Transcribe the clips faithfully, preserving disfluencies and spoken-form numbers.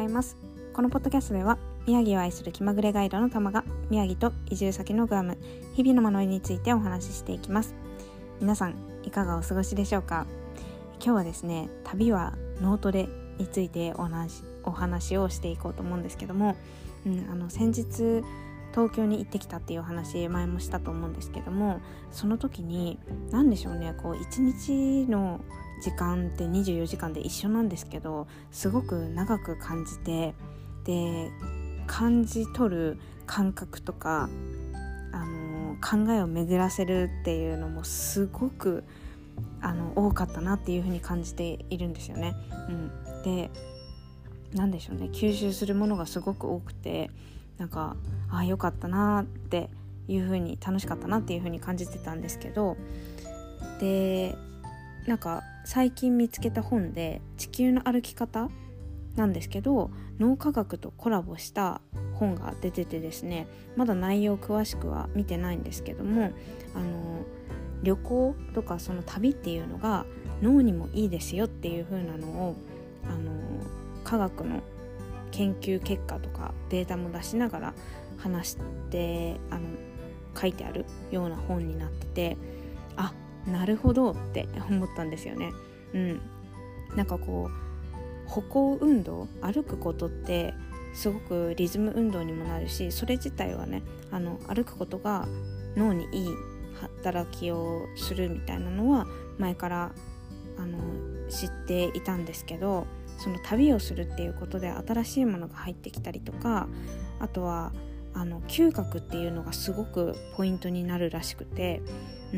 います。このポッドキャストでは宮城を愛する気まぐれガイドのたまが宮城と移住先のグアム、日々の学びについてお話ししていきます。皆さんいかがお過ごしでしょうか。今日はですね、旅は脳トレについてお話、お話をしていこうと思うんですけども、うん、あの先日東京に行ってきたっていう話前もしたと思うんですけども、その時に何でしょうね、こう一日の時間ってにじゅうよじかんで一緒なんですけど、すごく長く感じて、で感じ取る感覚とか、あの考えを巡らせるっていうのもすごくあの多かったなっていうふうに感じているんですよね。うん、でなんでしょうね、吸収するものがすごく多くて、なんかああよかったなっていうふうに、楽しかったなっていうふうに感じてたんですけど、でなんか最近見つけた本で地球の歩き方なんですけど、脳科学とコラボした本が出ててですね、まだ内容詳しくは見てないんですけども、あの旅行とかその旅っていうのが脳にもいいですよっていう風なのを、あの科学の研究結果とかデータも出しながら話してあの書いてあるような本になってて、あ、なるほどって思ったんですよね。うん、なんかこう歩行運動、歩くことってすごくリズム運動にもなるし、それ自体はね、あの歩くことが脳にいい働きをするみたいなのは前からあの知っていたんですけど、その旅をするっていうことで新しいものが入ってきたりとか、あとはあの嗅覚っていうのがすごくポイントになるらしくて、うん、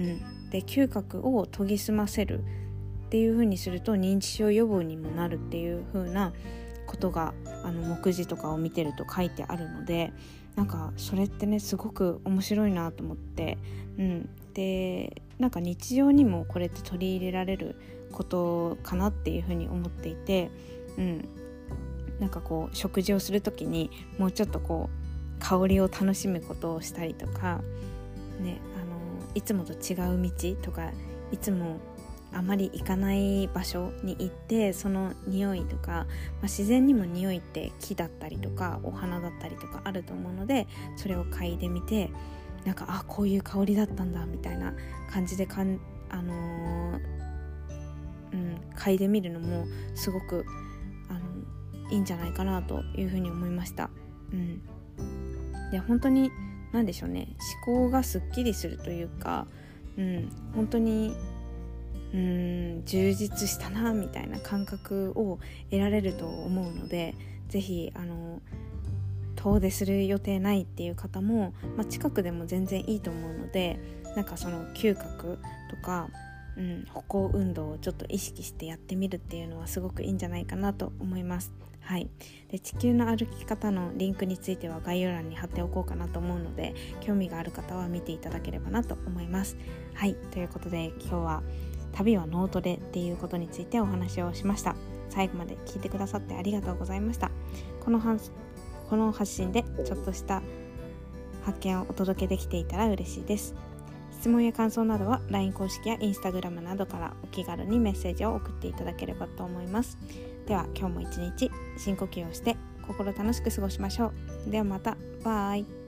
で嗅覚を研ぎ澄ませるっていう風にすると認知症予防にもなるっていう風なことがあの目次とかを見てると書いてあるので、なんかそれってねすごく面白いなと思って、うん、でなんか日常にもこれって取り入れられることかなっていう風に思っていて、うん、なんかこう食事をするときにもうちょっとこう香りを楽しむことをしたりとか、ね、あのいつもと違う道とか、いつもあまり行かない場所に行って、その匂いとか、まあ、自然にも匂いって木だったりとかお花だったりとかあると思うので、それを嗅いでみて、なんかあこういう香りだったんだみたいな感じでかん、あのーうん、嗅いでみるのもすごくあのいいんじゃないかなというふうに思いました。うん、で本当に何でしょうね、思考がすっきりするというか、うん、本当にうーん充実したなみたいな感覚を得られると思うので、ぜひあの遠出する予定ないっていう方も、まあ、近くでも全然いいと思うので、なんかその嗅覚とか、うん、歩行運動をちょっと意識してやってみるっていうのはすごくいいんじゃないかなと思います。はい、で地球の歩き方のリンクについては概要欄に貼っておこうかなと思うので、興味がある方は見ていただければなと思います。はい、ということで今日は旅は脳トレっていうことについてお話をしました。最後まで聞いてくださってありがとうございました。このはこの発信でちょっとした発見をお届けできていたら嬉しいです。質問や感想などは ライン 公式や Instagram などからお気軽にメッセージを送っていただければと思います。では今日も一日深呼吸をして心楽しく過ごしましょう。ではまた。バイ。